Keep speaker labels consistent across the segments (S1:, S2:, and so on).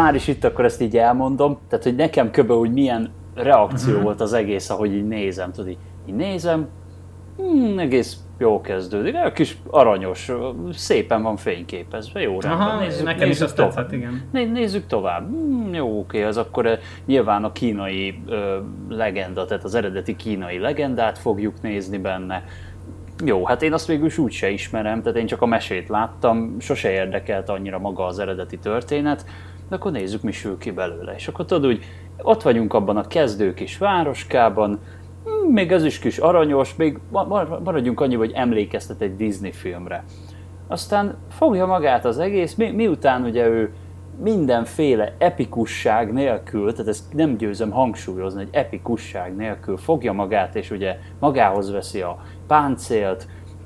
S1: már is itt akkor ezt így elmondom, tehát hogy nekem úgy milyen reakció volt az egész, ahogy így nézem, tudod, így nézem, egész jó kezdődik, egy kis aranyos, szépen van fényképezve, jó rendben, nézzük tovább. Igen. Nézzük tovább, jó, oké, az akkor nyilván a kínai legenda, tehát az eredeti kínai legendát fogjuk nézni benne. Jó, hát én azt végül is úgy se ismerem, tehát én csak a mesét láttam, sose érdekelt annyira maga az eredeti történet, de akkor nézzük, mi sül ki belőle. És akkor tudod, úgy ott vagyunk abban a kezdő kis városkában, még ez is kis aranyos, még maradjunk annyi, hogy emlékeztet egy Disney filmre. Aztán fogja magát az egész, miután ugye ő mindenféle epikusság nélkül, tehát ezt nem győzöm hangsúlyozni, hogy epikusság nélkül fogja magát, és ugye magához veszi a páncélt,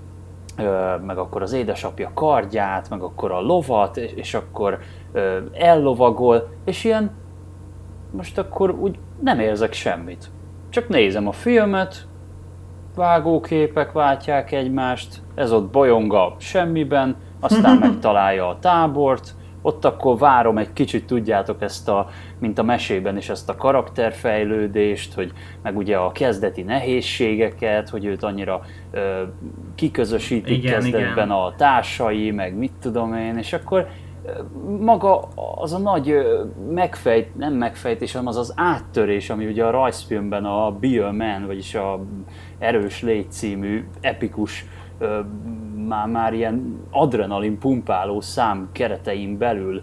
S1: meg akkor az édesapja kardját, meg akkor a lovat, és akkor ellovagol, és ilyen most akkor úgy nem érzek semmit. Csak nézem a filmet, vágóképek váltják egymást, ez ott bolyong a semmiben, aztán megtalálja a tábort, ott akkor várom egy kicsit, tudjátok, ezt mint a mesében is, ezt a karakterfejlődést, hogy meg ugye a kezdeti nehézségeket, hogy őt annyira kiközösítik kezdetben a társai, meg mit tudom én, és akkor maga az a nagy nem megfejtés, hanem az áttörés, ami ugye a rajzfilmben a Be a Man, vagyis a Erős légy című epikus, már ilyen adrenalin pumpáló szám keretein belül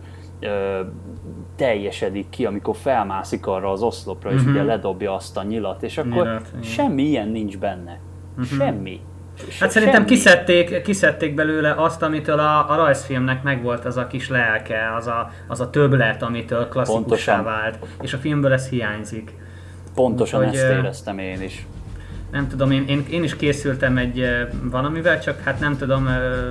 S1: teljesedik ki, amikor felmászik arra az oszlopra, és ugye ledobja azt a nyilat, és akkor semmi ilyen nincs benne. Semmi.
S2: Hát szerintem kiszedték belőle azt, amitől a rajzfilmnek megvolt az a kis lelke, az a többlet, amitől klasszikussá vált, és a filmből ez hiányzik.
S1: Pontosan úgy, ezt éreztem én is.
S2: Nem tudom, én is készültem egy valamivel, csak hát nem tudom,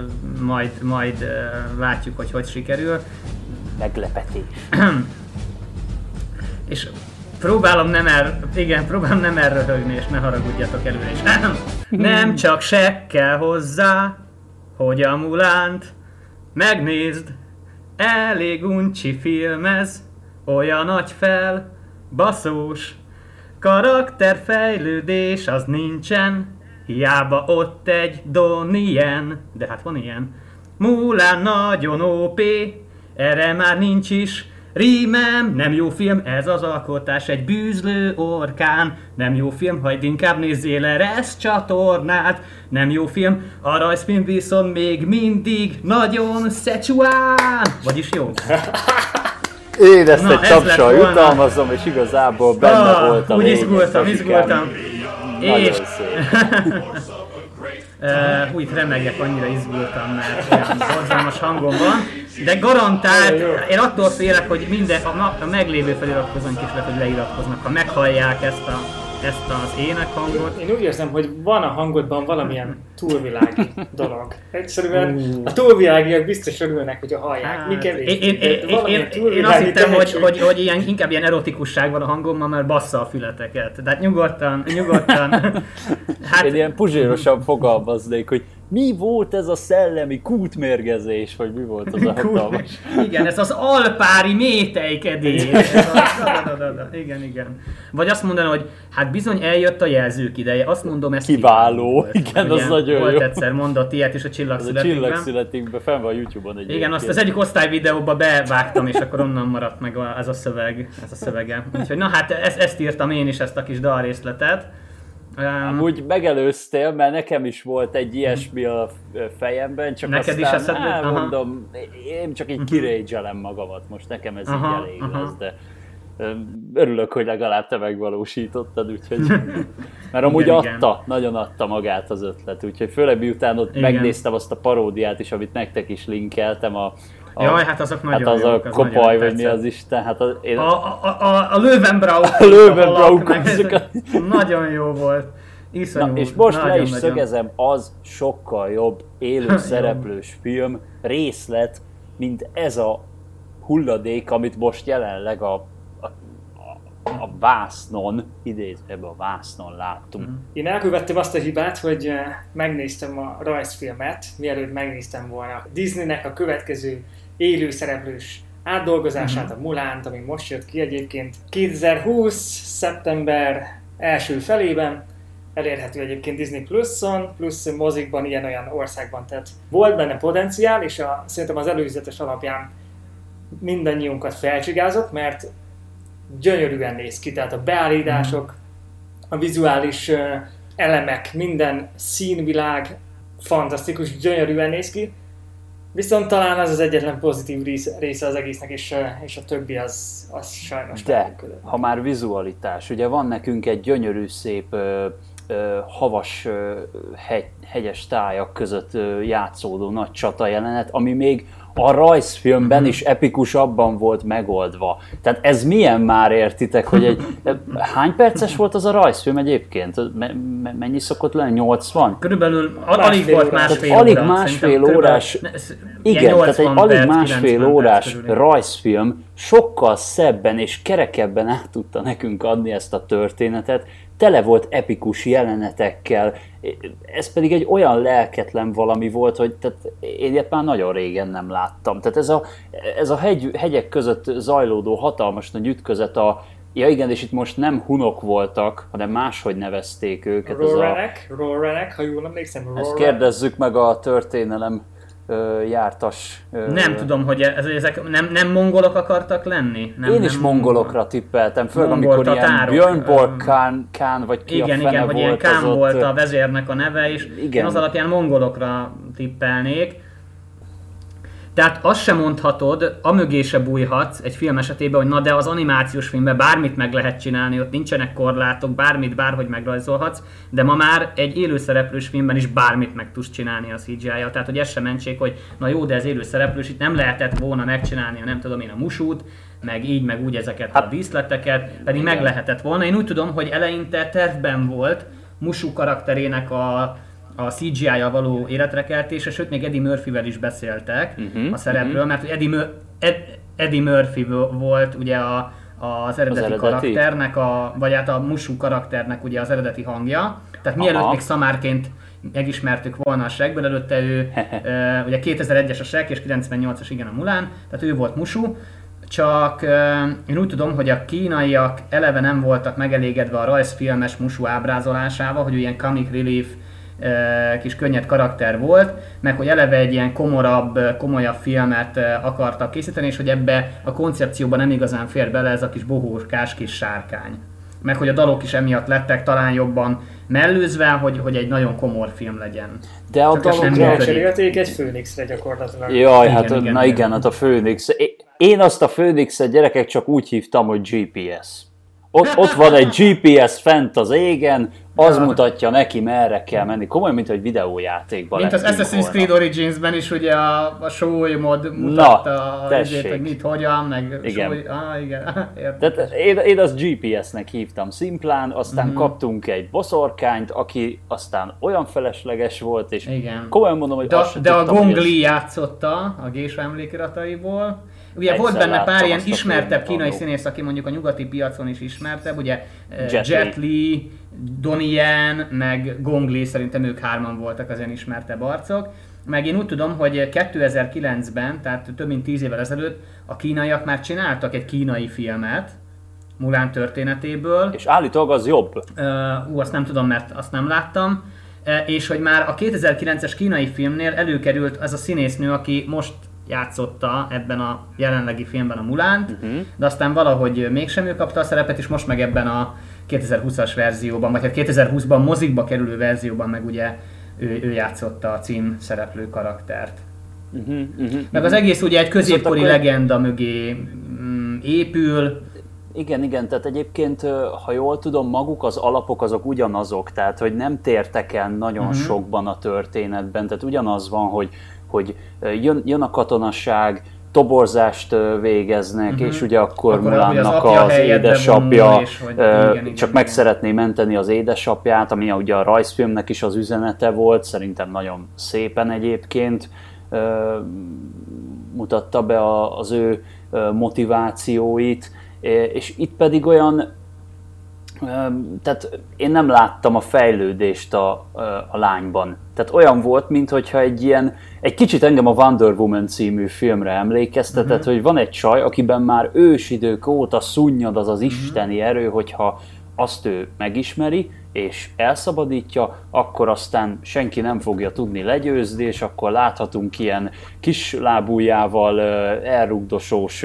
S2: majd látjuk, hogy sikerül.
S1: Meglepetés.
S2: És próbálom nem elröhögni, és ne haragudjatok előre is. Nem csak se kell hozzá, hogy a Mulánt megnézd, elég uncsi film ez, olyan nagy baszós, karakterfejlődés az nincsen, hiába ott egy Donnie, de hát van ilyen. Mulán nagyon OP, erre már nincs is rímem, nem jó film ez az alkotás, egy bűzlő orkán. Nem jó film, hagyd inkább nézzél Eresz csatornát. Nem jó film, a rajzfilm viszont még mindig nagyon szexuál. Vagyis jó.
S1: Én ezt egy tapsal jutalmazom, és igazából benne voltam.
S2: Úgy izgultam.
S1: Nagyon szép.
S2: Itt remegek, annyira izgultam, mert olyan borzalmas hangom van. De garantált, én attól félek, hogy a meglévő feliratkozóink is lehet, hogy leiratkoznak, ha meghallják ezt az énekhangot.
S3: Én úgy érzem, hogy van a hangodban valamilyen túlvilági dolog. Egyszerűen a túlvilágiak biztos örülnek, hogy hallják. Mi kevés.
S2: Én azt hittem, hogy inkább ilyen erotikusság van a hangommal, mert bassza a fületeket. Tehát nyugodtan.
S1: Hát, én ilyen puzsérosan fogalmaznék, hogy mi volt ez a szellemi kútmérgezés, vagy mi volt az a hatalmas?
S2: Igen, ez az alpári métejkedés. Igen. Vagy azt mondani, hogy hát bizony eljött a jelzők ideje. Azt mondom, ez
S1: kiváló. Igen, az nagyon jó.
S2: Volt egyszer mondott ilyet is a Csillagszületikben.
S1: A Csillagszületikben fenn van a YouTube-on egyébként.
S2: Igen, azt az egyik osztályvideóba bevágtam, és akkor onnan maradt meg ez a szövege. Úgyhogy na hát ezt írtam én is, ezt a kis dalrészletet.
S1: Amúgy megelőztél, mert nekem is volt egy ilyesmi a fejemben, csak
S2: neked
S1: aztán mondom, én csak így kirégyelem magamat, most nekem ez így elég lesz, de örülök, hogy legalább te megvalósítottad, úgyhogy mert amúgy nagyon adta magát az ötlet, úgyhogy főleg miután ott megnéztem azt a paródiát is, amit nektek is linkeltem,
S2: jaj, hát azok nagyon
S1: hát az jók, a kopaj, vagy mi az Isten, hát
S2: a Löwenbräu.
S1: A Löwenbräu.
S2: Nagyon jó volt. Iszonyú.
S1: Na, és most le is szögezem, az sokkal jobb élő szereplős film részlet, mint ez a hulladék, amit most jelenleg a vásznon, idézőben a vásznon láttunk.
S3: Én elkövettem azt a hibát, hogy megnéztem a rajzfilmet, mielőtt megnéztem volna Disneynek a következő élő szereplős átdolgozását, a Mulánt, ami most jött ki egyébként 2020. szeptember első felében, elérhető egyébként Disney Plus-on, plusz mozikban, ilyen-olyan országban, tehát volt benne potenciál, és szerintem az előzetes alapján mindannyiunkat felcsigázott, mert gyönyörűen néz ki, tehát a beállítások, a vizuális elemek, minden színvilág fantasztikus, gyönyörűen néz ki, viszont talán az egyetlen pozitív része az egésznek, és a többi az sajnos nem működött.
S1: Ha már vizualitás, ugye van nekünk egy gyönyörű szép havas hegyes tájak között játszódó nagy csata jelenet, ami még a rajzfilmben is epikusabban volt megoldva. Tehát ez milyen már, értitek, hogy hány perces volt az a rajzfilm egyébként? Mennyi szokott lenni? 80?
S2: Körülbelül alig volt másfél óra.
S1: Alig másfél órás, igen, tehát egy alig másfél órás rajzfilm sokkal szebben és kerekebben át tudta nekünk adni ezt a történetet, tele volt epikus jelenetekkel, ez pedig egy olyan lelketlen valami volt, hogy tehát én ilyet már nagyon régen nem láttam. Tehát ez a hegyek között zajlódó hatalmas nagy ütközet, ja igen, és itt most nem hunok voltak, hanem máshogy nevezték őket.
S3: Roranek, ha jól emlékszem.
S1: Ezt kérdezzük meg a történelem jártas...
S2: Nem tudom, hogy ezek nem mongolok akartak lenni?
S1: Én is mongolokra tippeltem, főleg amikor ilyen Björn Borg Khan, vagy ki
S2: igen,
S1: a fene
S2: vagy
S1: volt.
S2: Igen, Khan volt a vezérnek a neve, és igen. Én az alapján mongolokra tippelnék. Tehát azt sem mondhatod, amögé se bújhatsz egy film esetében, hogy na de az animációs filmben bármit meg lehet csinálni, ott nincsenek korlátok, bármit bárhogy megrajzolhatsz, de ma már egy élőszereplős filmben is bármit meg tudsz csinálni a CGI-jal. Tehát, hogy ez sem mentség, hogy na jó, de ez élőszereplős, itt nem lehetett volna megcsinálni, nem tudom én, a Musút, meg így, meg úgy ezeket a díszleteket, pedig meg lehetett volna. Én úgy tudom, hogy eleinte tervben volt Musú karakterének a CGI-jal való életrekeltése, sőt még Eddie Murphyvel is beszéltek a szerepről, mert Eddie Murphy volt ugye az eredeti karakternek, vagy hát a Musú karakternek ugye az eredeti hangja. Tehát mielőtt még szamárként megismertük volna a Shrekből, előtte ő ugye 2001-es a Shrek és 98-as igen a Mulan, tehát ő volt Musú. Csak én úgy tudom, hogy a kínaiak eleve nem voltak megelégedve a rajzfilmes Musú ábrázolásával, hogy ilyen comic relief kis könnyed karakter volt, meg hogy eleve egy ilyen komolyabb filmet akartak készíteni, és hogy ebbe a koncepcióban nem igazán fér bele ez a kis bohóskás kis sárkány. Meg hogy a dalok is emiatt lettek talán jobban mellőzve, hogy egy nagyon komor film legyen.
S1: De a dalokra
S3: cserélték egy Főnixre gyakorlatilag.
S1: Jaj, hát a Főnix. Én azt a Főnixet, gyerekek, csak úgy hívtam, hogy GPS. Ott van egy GPS fent az égen, az mutatja neki, merre kell menni. Komolyan, mint hogy videójátékban.
S2: Mint az Assassin's Creed Origins-ben is ugye a show mod mutatta, hogy mit, hogyan, meg
S1: igen.
S2: Igen.
S1: Tehát én azt GPS-nek hívtam szimplán, aztán kaptunk egy boszorkányt, aki aztán olyan felesleges volt, és komolyan mondom, hogy
S2: de a Gong Li játszotta a Gésa emlékirataiból. Ugye volt benne pár ilyen ismertebb kínai színész, aki mondjuk a nyugati piacon is ismertebb, ugye Jet Li, Donnie Yen, meg Gong Li, szerintem ők hárman voltak az ilyen ismertebb arcok. Meg én úgy tudom, hogy 2009-ben, tehát több mint 10 évvel ezelőtt a kínaiak már csináltak egy kínai filmet Mulan történetéből.
S1: És állítólag az jobb.
S2: Azt nem tudom, mert azt nem láttam. És hogy már a 2009-es kínai filmnél előkerült az a színésznő, aki most játszotta ebben a jelenlegi filmben a Mulánt, de aztán valahogy mégsem ő kapta a szerepet, és most meg ebben a 2020-as verzióban, vagy hát 2020-ban mozikba kerülő verzióban meg ugye ő játszotta a cím szereplő karaktert. Meg az egész ugye egy középkori legenda mögé épül.
S1: Igen, tehát egyébként, ha jól tudom, maguk az alapok azok ugyanazok, tehát hogy nem tértek el nagyon sokban a történetben, tehát ugyanaz van, hogy jön a katonasság, toborzást végeznek, és ugye akkor Mulannak az édesapja csak meg szeretné menteni az édesapját, ami ugye a rajzfilmnek is az üzenete volt, szerintem nagyon szépen egyébként mutatta be az ő motivációit, és itt pedig olyan, Tehát én nem láttam a fejlődést a lányban. Tehát olyan volt, mintha egy kicsit engem a Wonder Woman című filmre emlékeztetett, hogy van egy csaj, akiben már ősidők óta szunnyad az isteni erő, hogyha azt ő megismeri, és elszabadítja, akkor aztán senki nem fogja tudni legyőzni, és akkor láthatunk ilyen kis lábujjával elrugdosós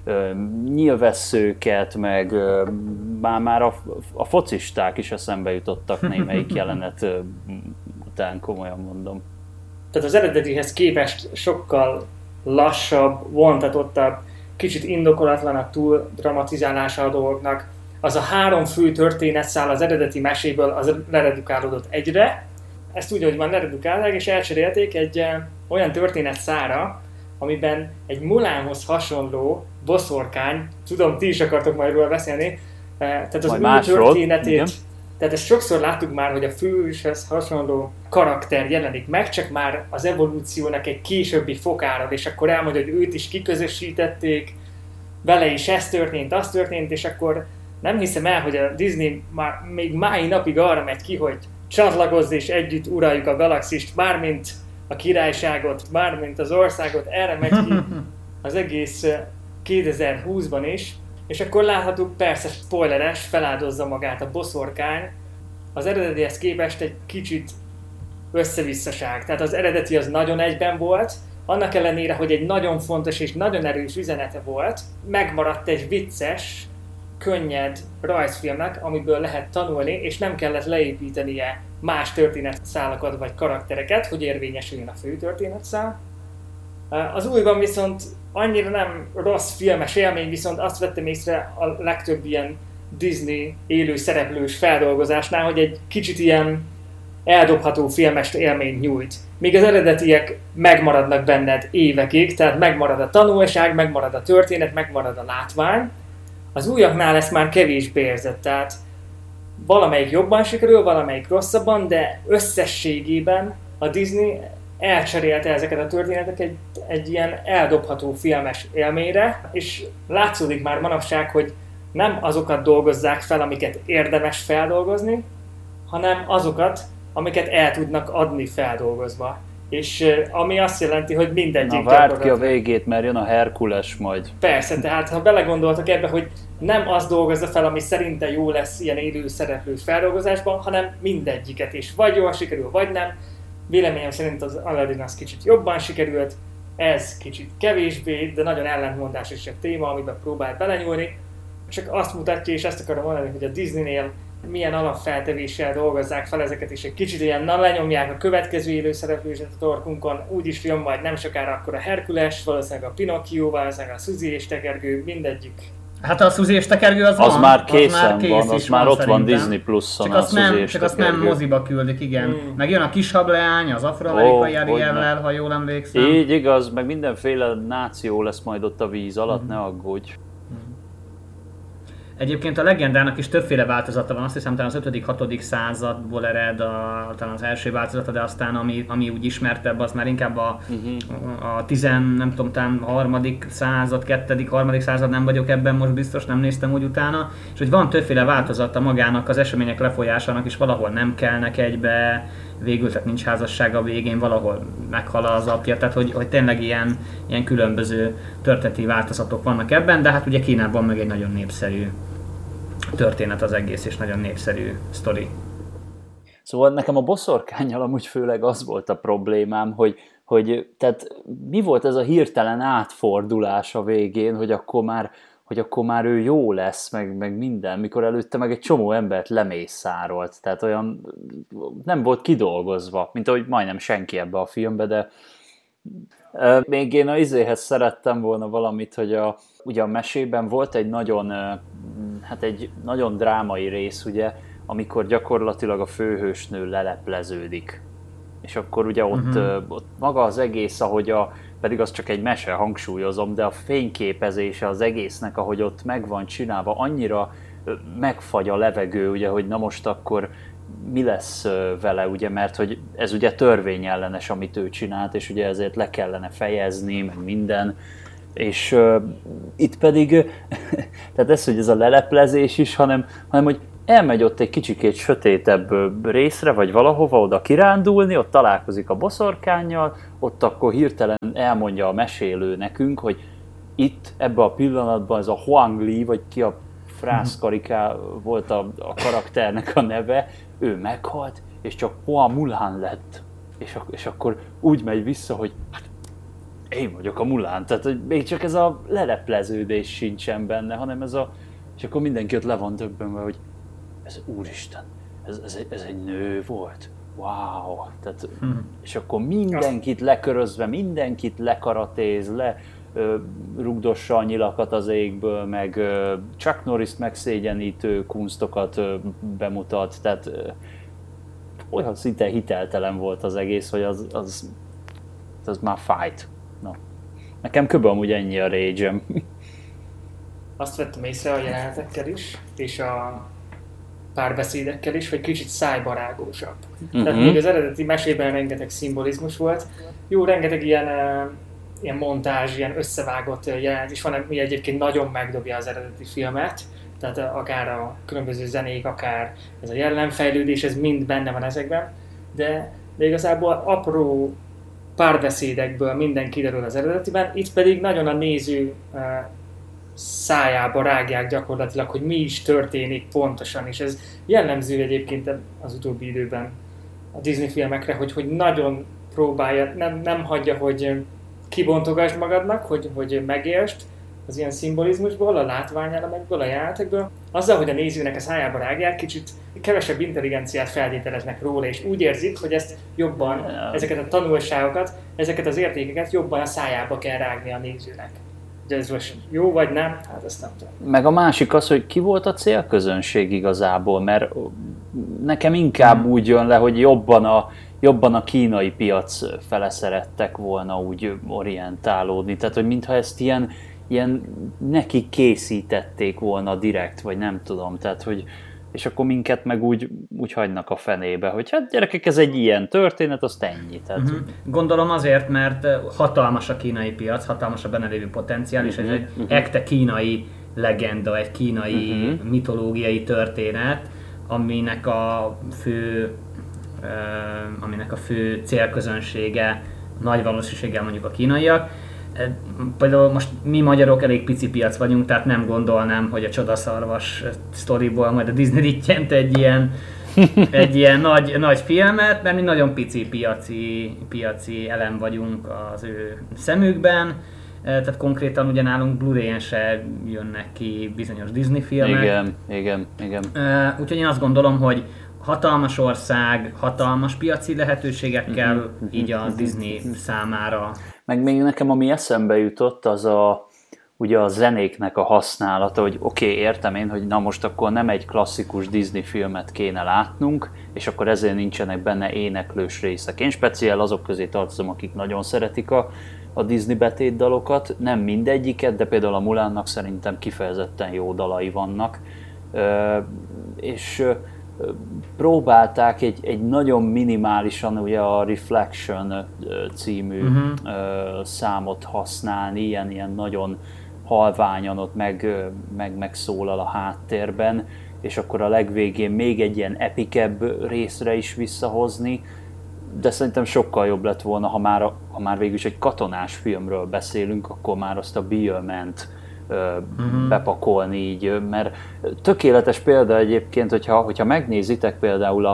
S1: nyilvesszőket, meg már a focisták is eszembe jutottak némelyik jelenet után, komolyan mondom.
S3: Tehát az eredetihez képest sokkal lassabb, vontatottabb, kicsit indokolatlanabb túl dramatizálása a dolgoknak. Az a 3 fő történetszál az eredeti meséből az leredukálódott egyre. Ezt úgy, hogy van leredukálták, és elcserélték egy olyan történetszára, amiben egy Mulánhoz hasonló boszorkány, tudom, ti is akartok majd róla beszélni, tehát az új történetét, igen. Tehát ezt sokszor láttuk már, hogy a főhőshez hasonló karakter jelenik meg, csak már az evolúciónak egy későbbi fokára, és akkor elmondja, hogy őt is kiközösítették, vele is ez történt, az történt, és akkor nem hiszem el, hogy a Disney már még mai napig arra megy ki, hogy csatlakozz és együtt uraljuk a galaxist, mármint a királyságot, mármint az országot, erre megy ki az egész 2020-ban is. És akkor láthatjuk, persze spoileres, feláldozza magát a boszorkány. Az eredetihez képest egy kicsit összevisszaság. Tehát az eredeti az nagyon egyben volt, annak ellenére, hogy egy nagyon fontos és nagyon erős üzenete volt, megmaradt egy vicces, könnyed rajzfilmnek, amiből lehet tanulni, és nem kellett leépítenie más történetszálakat vagy karaktereket, hogy érvényesüljön a fő történetszál. Az újban viszont annyira nem rossz filmes élmény, viszont azt vettem észre a legtöbb ilyen Disney élő szereplős feldolgozásnál, hogy egy kicsit ilyen eldobható filmes élményt nyújt. Míg az eredetiek megmaradnak benned évekig, tehát megmarad a tanulság, megmarad a történet, megmarad a látvány. Az újaknál ezt már kevésbé érzett, tehát valamelyik jobban sikerül, valamelyik rosszabban, de összességében a Disney elcserélte ezeket a történeteket egy ilyen eldobható filmes élményre, és látszódik már manapság, hogy nem azokat dolgozzák fel, amiket érdemes feldolgozni, hanem azokat, amiket el tudnak adni feldolgozva. És ami azt jelenti, hogy mindegyik...
S1: Na várd ki a végét, mert jön a Herkules majd.
S3: Persze, tehát ha belegondoltak ebbe, hogy nem azt dolgozza fel, ami szerinte jó lesz ilyen élő szereplős feldolgozásban, hanem mindegyiket, és vagy jól sikerül, vagy nem. Véleményem szerint az Aladdin az kicsit jobban sikerült, ez kicsit kevésbé, de nagyon ellentmondásos egy téma, amiben próbál belenyúlni. Csak azt mutatja, és ezt akarom mondani, hogy a Disneynél milyen alapfeltevéssel dolgozzák fel ezeket, és egy kicsit ilyen lenyomják a következő élőszereplőset a torkunkon, úgyis jön majd nem sokára akkor a Herkules, valószínűleg a Pinocchio, valószínűleg a Suzy és Tekergő, mindegyik.
S2: Hát a Suzy és Tekergő az van.
S1: Már készen van, az már ott van Disney Plus-on
S2: a Suzy és Tekergő. Csak azt nem moziba küldik, igen. Meg jön a Kishableány, az afroamerikai Ariellel, ha jól emlékszem.
S1: Így igaz, meg mindenféle náció lesz majd ott a víz alatt, ne aggódj.
S2: Egyébként a legendának is többféle változata van, azt hiszem talán az 5.-6. századból ered talán az első változata, de aztán ami úgy ismertebb, az már inkább a 3. század, 2., 3. század, nem vagyok ebben most biztos, nem néztem úgy utána, és hogy van többféle változata magának, az események lefolyásának is, valahol nem kelnek egybe, végül, tehát nincs házassága a végén, valahol meghal az apja, tehát hogy tényleg ilyen különböző történeti változatok vannak ebben, de hát ugye Kínában meg egy nagyon népszerű történet az egész, és nagyon népszerű sztori.
S1: Szóval nekem a boszorkánnyal amúgy főleg az volt a problémám, hogy tehát mi volt ez a hirtelen átfordulás a végén, hogy akkor már ő jó lesz, meg minden, mikor előtte meg egy csomó embert lemészárolt, tehát olyan nem volt kidolgozva, mint ahogy majdnem senki ebbe a filmbe, de még én izéhez szerettem volna valamit, hogy ugye a mesében volt egy nagyon drámai rész, ugye, amikor gyakorlatilag a főhősnő lelepleződik. És akkor ugye ott maga az egész, pedig az csak egy mese, hangsúlyozom, de a fényképezése az egésznek, ahogy ott meg van csinálva, annyira megfagy a levegő, ugye, hogy na most akkor mi lesz vele, ugye, mert hogy ez ugye törvényellenes, amit ő csinált, és ugye ezért le kellene fejezni, meg minden. És itt pedig, tehát ez, hogy ez a leleplezés is, hanem hogy elmegy ott egy kicsikét sötétebb részre, vagy valahova oda kirándulni, ott találkozik a boszorkánnyal, ott akkor hirtelen elmondja a mesélő nekünk, hogy itt, ebben a pillanatban ez a Huang Li, vagy ki a frászkariká volt a karakternek a neve, ő meghalt, és csak Hua Mulan lett. És akkor úgy megy vissza, hogy hát, én vagyok a Mulan, tehát hogy még csak ez a lelepleződés sincsen benne, hanem ez a... És akkor mindenki ott le van döbbenve, hogy ez úristen, ez egy nő volt. Wow! Tehát, és akkor mindenkit lekörözve, mindenkit lekaratéz, rugdossa a nyilakat az égből, meg Chuck Norris megszégyenítő kunstokat bemutat, tehát olyan szinte hiteltelen volt az egész, hogy az már fájt. Na. Nekem kb. Amúgy ennyi a rage-em.
S3: Azt vettem észre a jelenetekkel is, és a párbeszédekkel is, hogy kicsit szájbarágósabb. Tehát még az eredeti mesében rengeteg szimbolizmus volt. Jó, rengeteg ilyen montázs, ilyen összevágott jelenet is van, ami egyébként nagyon megdobja az eredeti filmet. Tehát akár a különböző zenék, akár ez a jellemfejlődés, ez mind benne van ezekben. De igazából apró párbeszédekből minden kiderül az eredetiben, itt pedig nagyon a néző szájába rágják gyakorlatilag, hogy mi is történik pontosan, és ez jellemző egyébként az utóbbi időben a Disney filmekre, hogy nagyon próbálja, nem hagyja, hogy kibontogasd magadnak, hogy megértsd az ilyen szimbolizmusból, a látványelemekből, a jelenetekből. Azzal, hogy a nézőnek a szájába rágják, kicsit kevesebb intelligenciát feltételeznek róla, és úgy érzik, hogy ezt jobban, ezeket a tanulságokat, ezeket az értékeket jobban a szájába kell rágni a nézőnek. De ez most jó vagy nem, hát ezt nem tudom.
S1: Meg a másik az, hogy ki volt a célközönség igazából, mert nekem inkább úgy jön le, hogy jobban a kínai piac fele szerettek volna úgy orientálódni. Tehát, hogy mintha ezt ilyen neki készítették volna direkt, vagy nem tudom. Tehát, hogy és akkor minket meg úgy hagynak a fenébe, hogy hát gyerekek, ez egy ilyen történet, azt ennyi. Tehát...
S2: Gondolom azért, mert hatalmas a kínai piac, hatalmas a benne lévő potenciál, és ez egy ekte kínai legenda, egy kínai mitológiai történet, aminek a fő célközönsége nagy valószínűséggel mondjuk a kínaiak. Például most mi magyarok elég pici piac vagyunk, tehát nem gondolnám, hogy a Csodaszarvas sztoriból majd a Disney rittyent egy ilyen nagy filmet, mert mi nagyon pici piaci elem vagyunk az ő szemükben. Tehát konkrétan ugye nálunk Blu-ray-en se jönnek ki bizonyos Disney filmek.
S1: Igen.
S2: Úgyhogy én azt gondolom, hogy hatalmas ország, hatalmas piaci lehetőségekkel, így a Disney számára.
S1: Meg még nekem ami eszembe jutott, az ugye a zenéknek a használata, hogy oké, értem én, hogy na most akkor nem egy klasszikus Disney filmet kéne látnunk, és akkor ezért nincsenek benne éneklős részek. Én speciál azok közé tartozom, akik nagyon szeretik a Disney betétdalokat, nem mindegyiket, de például a Mulannak szerintem kifejezetten jó dalai vannak, és próbálták egy nagyon minimálisan ugye a Reflection című számot használni, ilyen nagyon halványan ott megszólal a háttérben, és akkor a legvégén még egy ilyen epikebb részre is visszahozni, de szerintem sokkal jobb lett volna, ha már végülis egy katonás filmről beszélünk, akkor már azt a Bill-ment bepakolni így, mert tökéletes példa egyébként, hogyha megnézitek például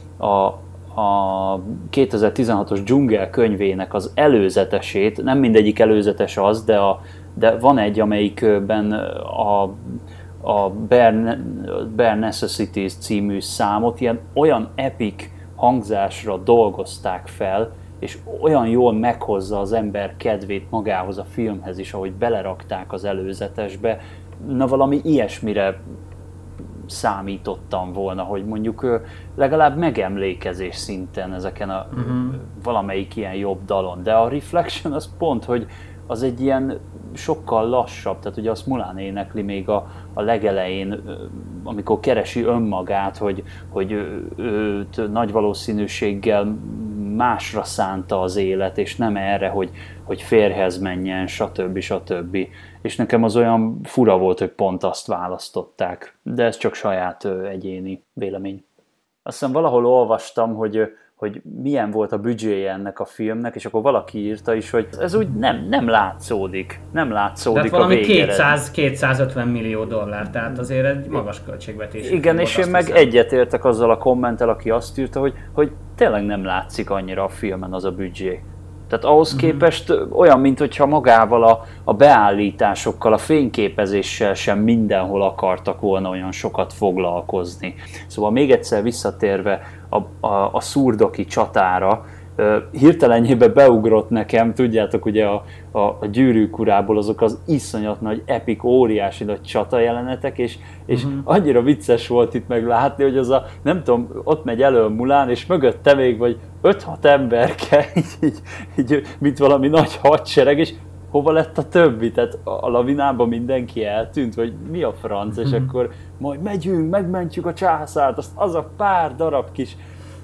S1: a 2016-os Dzsungel könyvének az előzetesét, nem mindegyik előzetes az, de van egy, amelyikben a Bare Necessities című számot olyan epic hangzásra dolgozták fel, és olyan jól meghozza az ember kedvét magához a filmhez is, ahogy belerakták az előzetesbe. Na valami ilyesmire számítottam volna, hogy mondjuk legalább megemlékezés szinten ezeken a valamelyik ilyen jobb dalon. De a Reflection az pont, hogy az egy ilyen sokkal lassabb, tehát ugye azt Mulan énekli még a legelején, amikor keresi önmagát, hogy őt nagy valószínűséggel másra szánta az élet, és nem erre, hogy férjhez menjen, stb. Stb. És nekem az olyan fura volt, hogy pont azt választották. De ez csak saját egyéni vélemény. Azt hiszem valahol olvastam, hogy milyen volt a büdzséje ennek a filmnek, és akkor valaki írta is, hogy ez úgy nem látszódik. Nem látszódik
S2: de valami
S1: a végére.
S2: 250 millió dollár, tehát azért egy magas költségvetés.
S1: Igen, és én meg egyetértek azzal a kommenttel, aki azt írta, hogy tényleg nem látszik annyira a filmen az a büdzsé. Tehát ahhoz képest olyan, mintha magával a beállításokkal, a fényképezéssel sem mindenhol akartak volna olyan sokat foglalkozni. Szóval még egyszer visszatérve a szurdoki csatára, hirtelenjében beugrott nekem, tudjátok, ugye a Gyűrűk urából azok az iszonyat nagy, epik, óriási nagy csata jelenetek, és annyira vicces volt itt meg látni, hogy az nem tudom, ott megy elő Mulán, és mögötte még vagy 5-6 emberke, így, mint valami nagy hadsereg, és hova lett a többi? Tehát a lavinában mindenki eltűnt, vagy mi a franc, és akkor majd megyünk, megmentjük a császárt, az a pár darab kis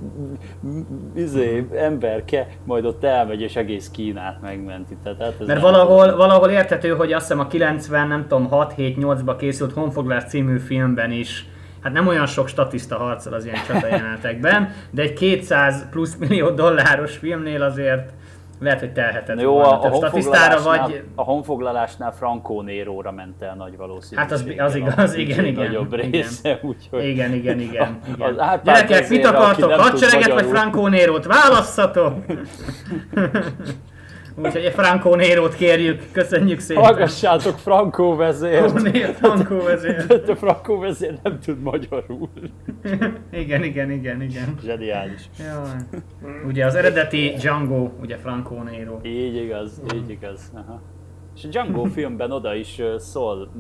S1: emberke majd ott elmegy, és egész Kínát megmenti. Tehát
S2: mert valahol érthető, hogy azt hiszem a 90, nem tudom, 6-7-8-ba készült Honfoglás című filmben is, hát nem olyan sok statiszta harcol az ilyen csatajelentekben, de egy 200 plusz millió dolláros filmnél azért lehet, hogy telhetett volna több statisztára, vagy...
S1: A honfoglalásnál Franco Néróra ment el nagy valószínűséggel.
S2: Hát az igaz, igen.
S1: Nagyobb része, úgyhogy...
S2: Igen.
S1: Az
S2: gyerekek, mit akartok? Hadsereget vagy Franco Nérót? Válasszatok! Úgyhogy Franco Nérót kérjük, köszönjük szépen!
S1: Hallgassátok Franco vezért!
S2: Franco vezért!
S1: De Franco vezér nem tud magyarul.
S2: Igen.
S1: Zseniális.
S2: Jaj. Ugye az eredeti Django, ugye Franco Nero.
S1: Így igaz. Aha. És a Django filmben oda is szól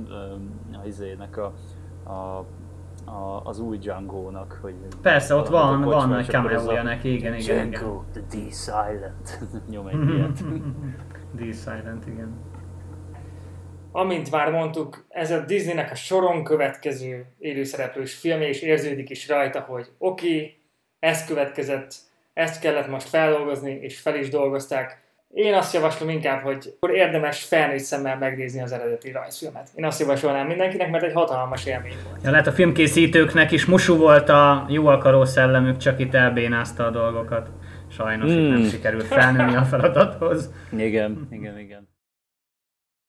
S1: az új Django-nak, hogy...
S2: Persze, ott van egy cameo-ja neki, igen.
S1: Django, the D-Silent. Nyom egy ilyet.
S2: D-Silent, igen.
S3: Amint már mondtuk, ez a Disneynek a soron következő élőszereplős filmje, és érződik is rajta, hogy oké, ez következett, ezt kellett most feldolgozni, és fel is dolgozták. Én azt javaslom inkább, hogy érdemes felnőtt szemmel megnézni az eredeti rajzfilmet. Én azt javasolnám mindenkinek, mert egy hatalmas élmény volt.
S2: Ja, lehet a filmkészítőknek is musú volt a jó akaró szellemük, csak itt elbénázta a dolgokat. Sajnos itt nem sikerült felnőni a feladathoz.
S1: Igen.